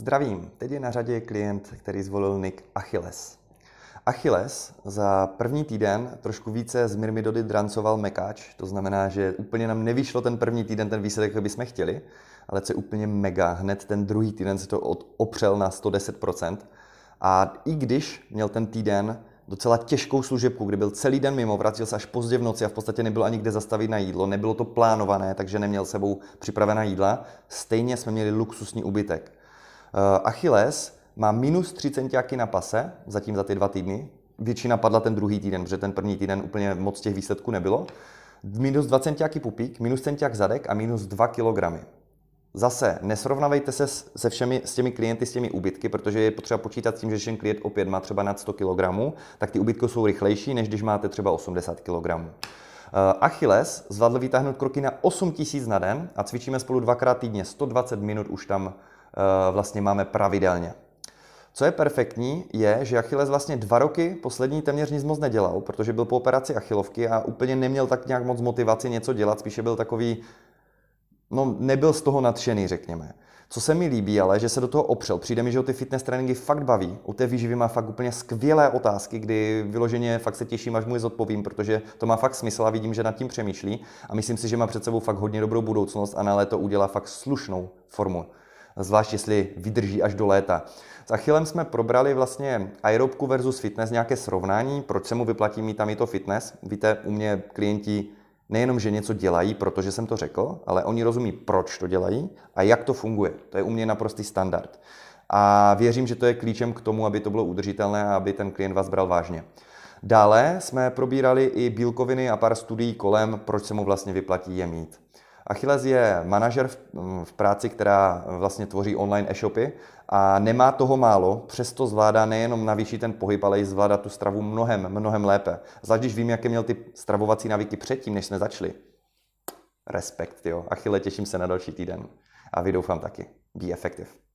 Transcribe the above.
Zdravím, teď je na řadě klient, který zvolil nick Achilles. Achilles za první týden trošku více z myrmidoly drancoval mekáč, to znamená, že úplně nám nevyšlo ten první týden ten výsledek, jak bychom chtěli, ale co je úplně mega, hned ten druhý týden se to opřel na 110%. A i když měl ten týden docela těžkou služebku, kdy byl celý den mimo, vracel se až pozdě v noci a v podstatě nebylo ani kde zastavit na jídlo, nebylo to plánované, takže neměl sebou připravená jídla, stejně jsme měli luxusní úbytek. Achilles má minus 3 centiáky na pase, zatím za ty 2 týdny. Většina padla ten druhý týden, protože ten první týden úplně moc těch výsledků nebylo. Minus 2 centiáky pupík, minus centiák zadek a minus 2 kilogramy. Zase nesrovnávejte se s těmi klienty, s těmi úbytky, protože je potřeba počítat s tím, že ten klient opět má třeba nad 100 kg, tak ty úbytky jsou rychlejší, než když máte třeba 80 kg. Achilles zvládl vytáhnout kroky na 8000 na den a cvičíme spolu 2x týdně, 120 minut už tam vlastně máme pravidelně. Co je perfektní, je, že Achilles vlastně 2 roky poslední téměř nic moc nedělal, protože byl po operaci achilovky a úplně neměl tak nějak moc motivaci něco dělat, spíše byl takový, nebyl z toho nadšený, řekněme. Co se mi líbí, ale že se do toho opřel. Přijde mi, že o ty fitness tréninky fakt baví. U té výživy má fakt úplně skvělé otázky, kdy vyloženě fakt se těším, až mu je zodpovím, protože to má fakt smysl a vidím, že nad tím přemýšlí a myslím si, že má před sebou fakt hodně dobrou budoucnost a na léto udělá fakt slušnou formu. Zvlášť jestli vydrží až do léta. S Achillem jsme probrali vlastně aerobku versus fitness, nějaké srovnání, proč se mu vyplatí mít tam i to fitness. Víte, u mě klienti nejenom, že něco dělají, protože jsem to řekl, ale oni rozumí, proč to dělají a jak to funguje. To je u mě naprostý standard. A věřím, že to je klíčem k tomu, aby to bylo udržitelné a aby ten klient vás bral vážně. Dále jsme probírali i bílkoviny a pár studií kolem, proč se mu vlastně vyplatí je mít. Achilles je manažer v práci, která vlastně tvoří online e-shopy a nemá toho málo, přesto zvládá nejenom navýšit ten pohyb, ale i zvládá tu stravu mnohem lépe. Zvlášť když vím, jaké měl ty stravovací návyky předtím, než jsme začali. Respekt, jo. Achille, těším se na další týden. A vy doufám taky. Be effective.